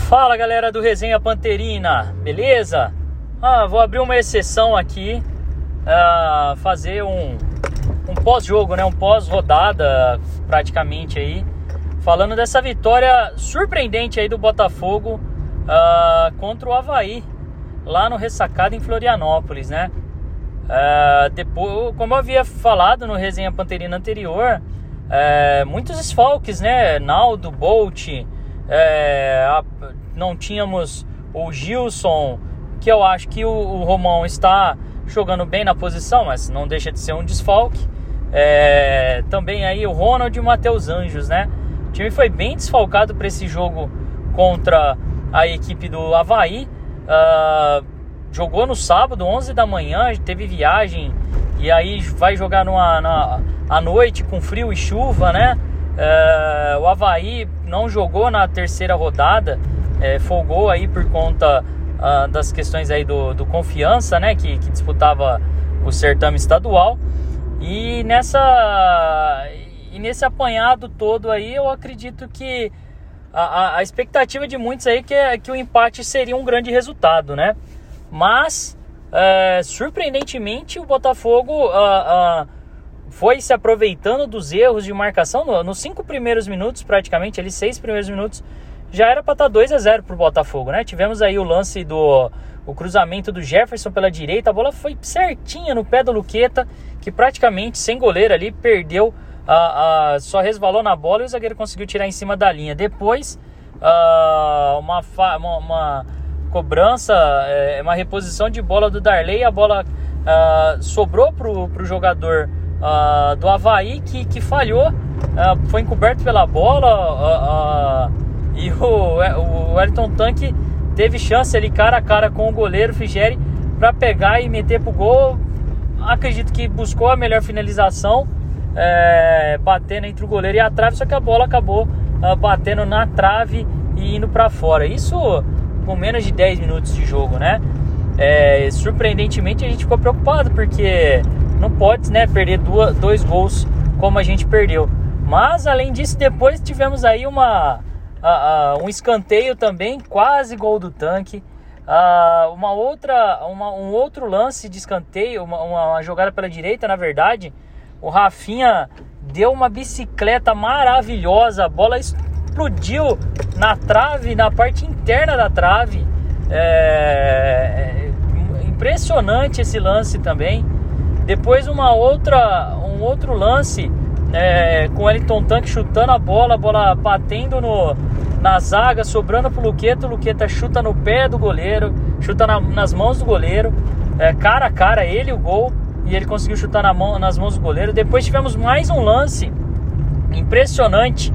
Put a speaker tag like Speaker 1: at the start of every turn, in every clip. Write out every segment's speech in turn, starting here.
Speaker 1: Fala galera do Resenha Panterina, beleza? Vou abrir uma exceção aqui, fazer um pós-jogo, né? Um pós-rodada praticamente aí, falando dessa vitória surpreendente aí do Botafogo contra o Avaí, lá no Ressacado em Florianópolis, né? Depois, como eu havia falado no Resenha Panterina anterior, muitos desfalques, né? Naldo, Bolt, não tínhamos o Gilson, que eu acho que o Romão está jogando bem na posição, mas não deixa de ser um desfalque. Também aí o Ronald e o Matheus Anjos, né? O time foi bem desfalcado para esse jogo contra a equipe do Avaí. Jogou no sábado, 11 da manhã, teve viagem, e aí vai jogar à noite com frio e chuva, né? O Avaí não jogou na terceira rodada, folgou aí por conta das questões aí do Confiança, né? Que disputava o certame estadual. E nesse apanhado todo aí, eu acredito que a expectativa de muitos aí que o empate seria um grande resultado, né? Mas, surpreendentemente, o Botafogo foi se aproveitando dos erros de marcação. Nos 5 primeiros minutos, praticamente, ali 6 primeiros minutos, já era para estar 2-0 para o Botafogo, né? Tivemos aí o lance o cruzamento do Jefferson pela direita, a bola foi certinha no pé do Luqueta, que praticamente, sem goleiro ali, perdeu, só resvalou na bola e o zagueiro conseguiu tirar em cima da linha. Depois, uma cobrança, uma reposição de bola do Darley, a bola sobrou pro jogador do Avaí, que falhou, foi encoberto pela bola, e o Wellington Tanque teve chance ali cara a cara com o goleiro Frigeri para pegar e meter pro gol. Acredito que buscou a melhor finalização, batendo entre o goleiro e a trave, só que a bola acabou batendo na trave e indo para fora. Isso com menos de 10 minutos de jogo, né? Surpreendentemente a gente ficou preocupado, porque não pode, né, perder dois gols como a gente perdeu. Mas além disso, depois tivemos aí um escanteio também, quase gol do Tanque. Um outro lance de escanteio, uma jogada pela direita, na verdade. O Rafinha deu uma bicicleta maravilhosa, a bola explodiu na trave, na parte interna da trave. Impressionante esse lance também. Depois um outro lance, com o Wellington Tanque chutando a bola batendo na zaga, sobrando pro Luqueta. O Luqueta chuta no pé do goleiro, chuta nas mãos do goleiro, cara a cara, ele o gol, e ele conseguiu chutar nas mãos do goleiro. Depois tivemos mais um lance impressionante,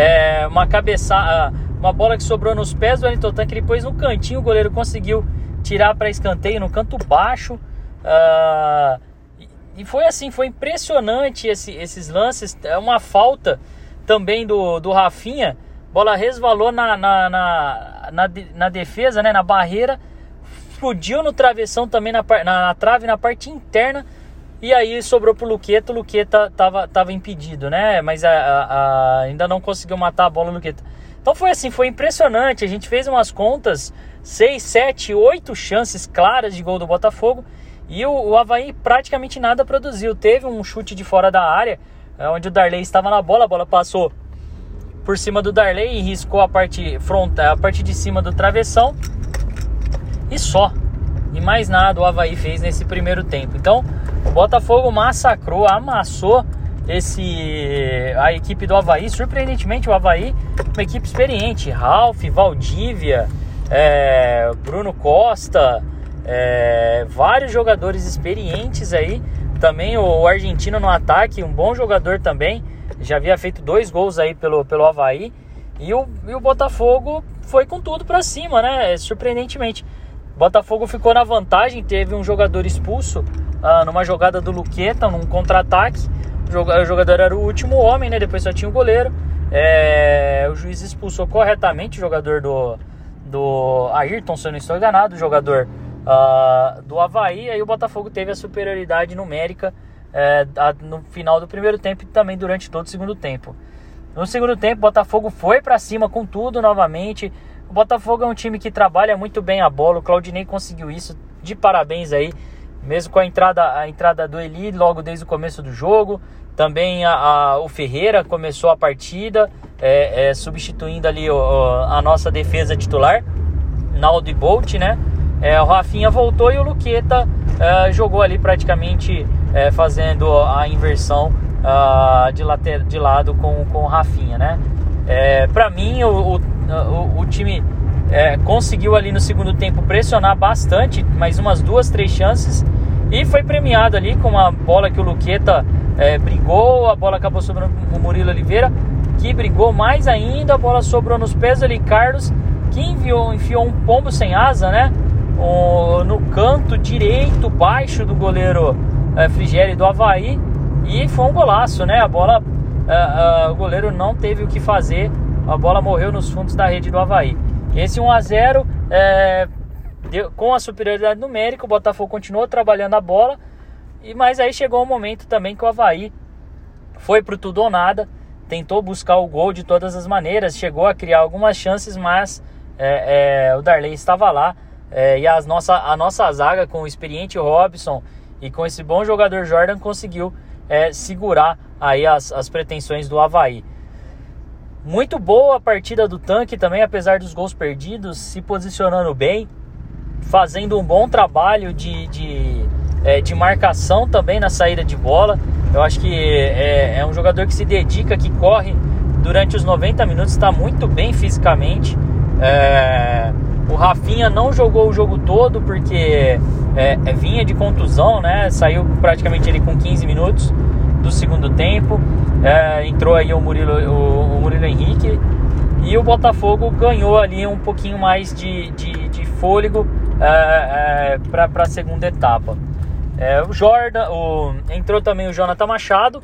Speaker 1: uma bola que sobrou nos pés do Wellington Tanque, ele pôs no cantinho, o goleiro conseguiu tirar para escanteio no canto baixo. E foi assim, foi impressionante esses lances. Uma falta também do Rafinha, bola resvalou na defesa, né, na barreira, explodiu no travessão também, na trave, na parte interna, e aí sobrou pro Luqueta. O Luqueta tava impedido, né, mas ainda não conseguiu matar a bola o Luqueta. Então foi assim, foi impressionante. A gente fez umas contas, 6, 7, 8 chances claras de gol do Botafogo, e o Avaí praticamente nada produziu. Teve um chute de fora da área, onde o Darley estava na bola, a bola passou por cima do Darley e riscou a parte de cima do travessão, e só. E mais nada o Avaí fez nesse primeiro tempo. Então o Botafogo amassou a equipe do Avaí. Surpreendentemente o Avaí, uma equipe experiente, Ralf, Valdívia, Bruno Costa, vários jogadores experientes aí. Também o argentino no ataque, um bom jogador também, já havia feito 2 gols aí pelo Avaí. E o Botafogo foi com tudo pra cima, né? Surpreendentemente, o Botafogo ficou na vantagem. Teve um jogador expulso numa jogada do Luqueta, num contra-ataque. O jogador era o último homem, né? Depois só tinha o goleiro. O juiz expulsou corretamente o jogador do Ayrton, se eu não estou enganado, o jogador do Avaí. Aí o Botafogo teve a superioridade numérica no final do primeiro tempo e também durante todo o segundo tempo. No segundo tempo, o Botafogo foi para cima com tudo novamente. O Botafogo é um time que trabalha muito bem a bola. O Claudinei conseguiu isso, de parabéns aí, mesmo com a entrada do Eli logo desde o começo do jogo. Também o Ferreira começou a partida, substituindo ali a nossa defesa titular, Naldo e Bolt, né? O Rafinha voltou e o Luqueta jogou ali praticamente fazendo a inversão de lado com o Rafinha, né? Para mim, o time conseguiu ali no segundo tempo pressionar bastante, mais umas 2, 3 chances, e foi premiado ali com uma bola que o Luqueta brigou, a bola acabou sobrando o Murilo Oliveira, que brigou mais ainda, a bola sobrou nos pés do Eli Carlos, que enfiou um pombo sem asa, né? No canto direito, baixo do goleiro Frigério do Avaí, e foi um golaço, né? A bola, o goleiro não teve o que fazer, a bola morreu nos fundos da rede do Avaí. Esse 1-0, com a superioridade numérica, o Botafogo continuou trabalhando a bola, mas aí chegou um momento também que o Avaí foi pro tudo ou nada, tentou buscar o gol de todas as maneiras, chegou a criar algumas chances, mas o Darley estava lá, e a nossa zaga, com o experiente Robson e com esse bom jogador Jordan, conseguiu segurar aí as pretensões do Avaí. Muito boa a partida do Tanque também, apesar dos gols perdidos, se posicionando bem, fazendo um bom trabalho de marcação também na saída de bola. Eu acho que é um jogador que se dedica, que corre durante os 90 minutos, está muito bem fisicamente. O Rafinha não jogou o jogo todo porque vinha de contusão, né? Saiu praticamente ele com 15 minutos do segundo tempo. Entrou aí o Murilo Henrique, e o Botafogo ganhou ali um pouquinho mais de fôlego para a segunda etapa. Entrou também o Jonathan Machado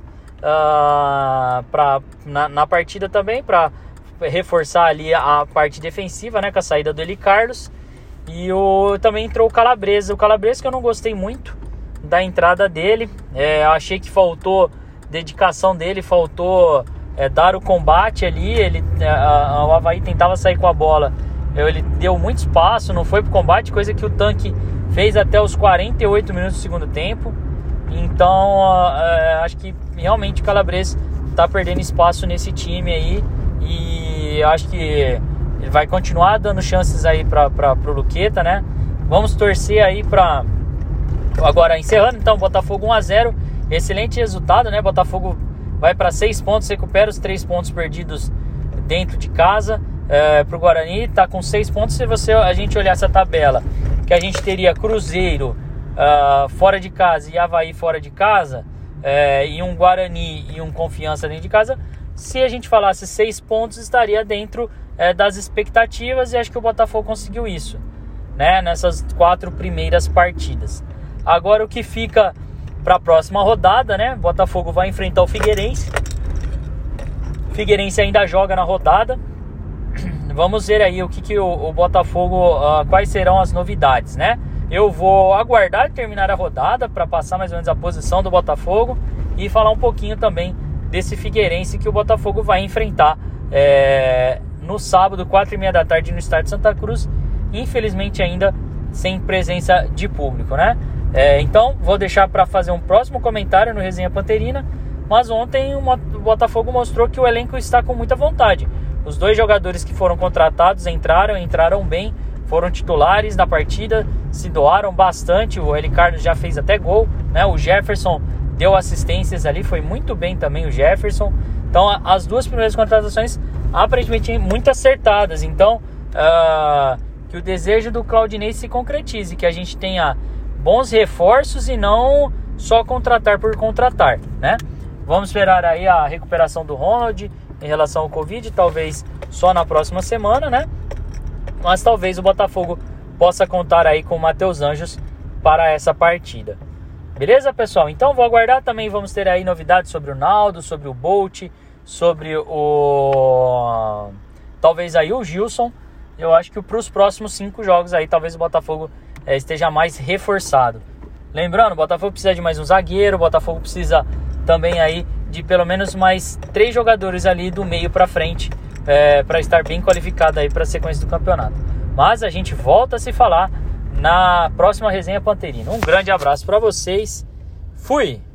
Speaker 1: na partida também, para reforçar ali a parte defensiva, né, com a saída do Eli Carlos. E também entrou o Calabresa, que eu não gostei muito da entrada dele. Achei que faltou dedicação dele, faltou dar o combate ali. O Avaí tentava sair com a bola, ele deu muito espaço, não foi pro combate, coisa que o Tanque fez até os 48 minutos do segundo tempo. Então acho que realmente o Calabresa tá perdendo espaço nesse time aí, e acho que ele vai continuar dando chances aí pro Luqueta, né? Vamos torcer aí para agora, encerrando então, Botafogo 1-0, excelente resultado, né? Botafogo vai para 6 pontos, recupera os 3 pontos perdidos dentro de casa. Pro Guarani tá com 6 pontos. Se a gente olhar essa tabela, que a gente teria Cruzeiro fora de casa e Avaí fora de casa, e um Guarani e um Confiança dentro de casa, se a gente falasse 6 pontos, estaria dentro das expectativas, e acho que o Botafogo conseguiu isso, né, nessas 4 primeiras partidas. Agora o que fica para a próxima rodada, né? O Botafogo vai enfrentar o Figueirense. O Figueirense ainda joga na rodada. Vamos ver aí o que o Botafogo, quais serão as novidades, né? Eu vou aguardar terminar a rodada para passar mais ou menos a posição do Botafogo e falar um pouquinho também desse Figueirense que o Botafogo vai enfrentar no sábado, 4h30 da tarde, no estádio Santa Cruz. Infelizmente ainda sem presença de público, né? Então vou deixar para fazer um próximo comentário no Resenha Panterina. Mas ontem o Botafogo mostrou que o elenco está com muita vontade. Os 2 jogadores que foram contratados entraram bem, foram titulares na partida, se doaram bastante. O Eli Carlos já fez até gol, né? O Jefferson deu assistências ali, foi muito bem também o Jefferson. Então as 2 primeiras contratações aparentemente muito acertadas. Então que o desejo do Claudinei se concretize, que a gente tenha bons reforços e não só contratar por contratar, né? Vamos esperar aí a recuperação do Ronald em relação ao Covid, talvez só na próxima semana, né? Mas talvez o Botafogo possa contar aí com o Matheus Anjos para essa partida. Beleza, pessoal? Então vou aguardar também, vamos ter aí novidades sobre o Naldo, sobre o Bolt, sobre talvez aí o Gilson. Eu acho que para os próximos 5 jogos aí, talvez o Botafogo esteja mais reforçado. Lembrando, o Botafogo precisa de mais um zagueiro, o Botafogo precisa também aí de pelo menos mais 3 jogadores ali do meio para frente para estar bem qualificado aí para a sequência do campeonato. Mas a gente volta a se falar na próxima resenha Panterina. Um grande abraço para vocês. Fui!